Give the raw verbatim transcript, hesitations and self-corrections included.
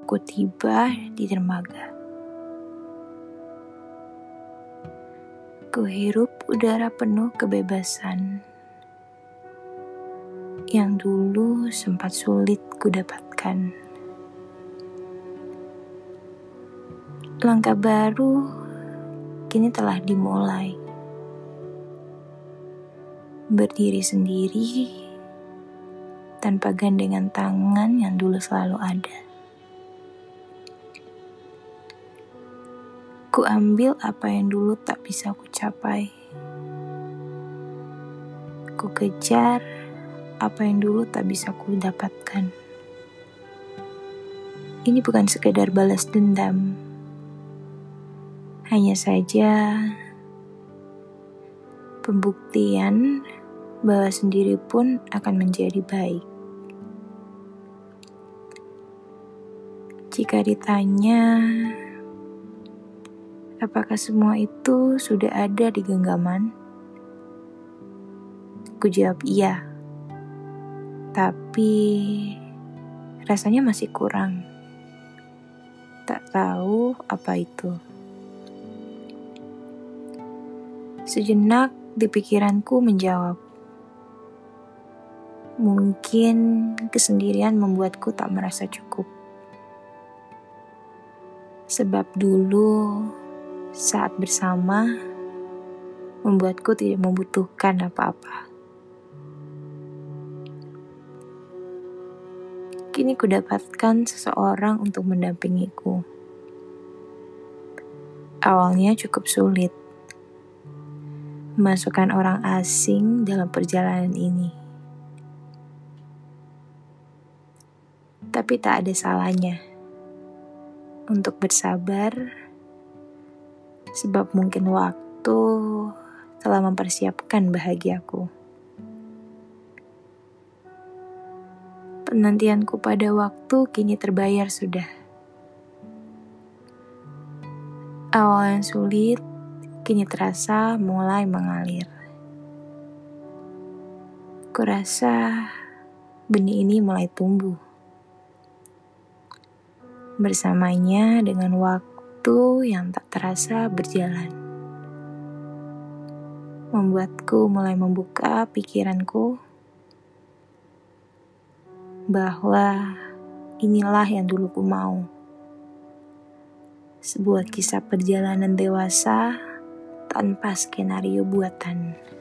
Ku tiba di dermaga. Ku hirup udara penuh kebebasan yang dulu sempat sulit ku dapatkan. Langkah baru kini telah dimulai. Berdiri sendiri tanpa gandengan tangan yang dulu selalu ada. Ku ambil apa yang dulu tak bisa ku capai. Ku kejar apa yang dulu tak bisa ku dapatkan. Ini bukan sekedar balas dendam. Hanya saja pembuktian bahwa sendiri pun akan menjadi baik. Jika ditanya, apakah semua itu sudah ada di genggaman? Ku jawab iya. Tapi rasanya masih kurang. Tak tahu apa itu. Sejenak di pikiranku menjawab. Mungkin kesendirian membuatku tak merasa cukup. Sebab dulu saat bersama membuatku tidak membutuhkan apa-apa. Kini ku dapatkan seseorang untuk mendampingiku. Awalnya cukup sulit memasukkan orang asing dalam perjalanan ini. Tapi tak ada salahnya untuk bersabar, sebab mungkin waktu telah mempersiapkan bahagiaku. Penantianku pada waktu kini terbayar sudah. Awal yang sulit kini terasa mulai mengalir. Kurasa benih ini mulai tumbuh. Bersamanya dengan waktu yang tak terasa berjalan. Membuatku mulai membuka pikiranku bahwa inilah yang dulu ku mau. Sebuah kisah perjalanan dewasa tanpa skenario buatan.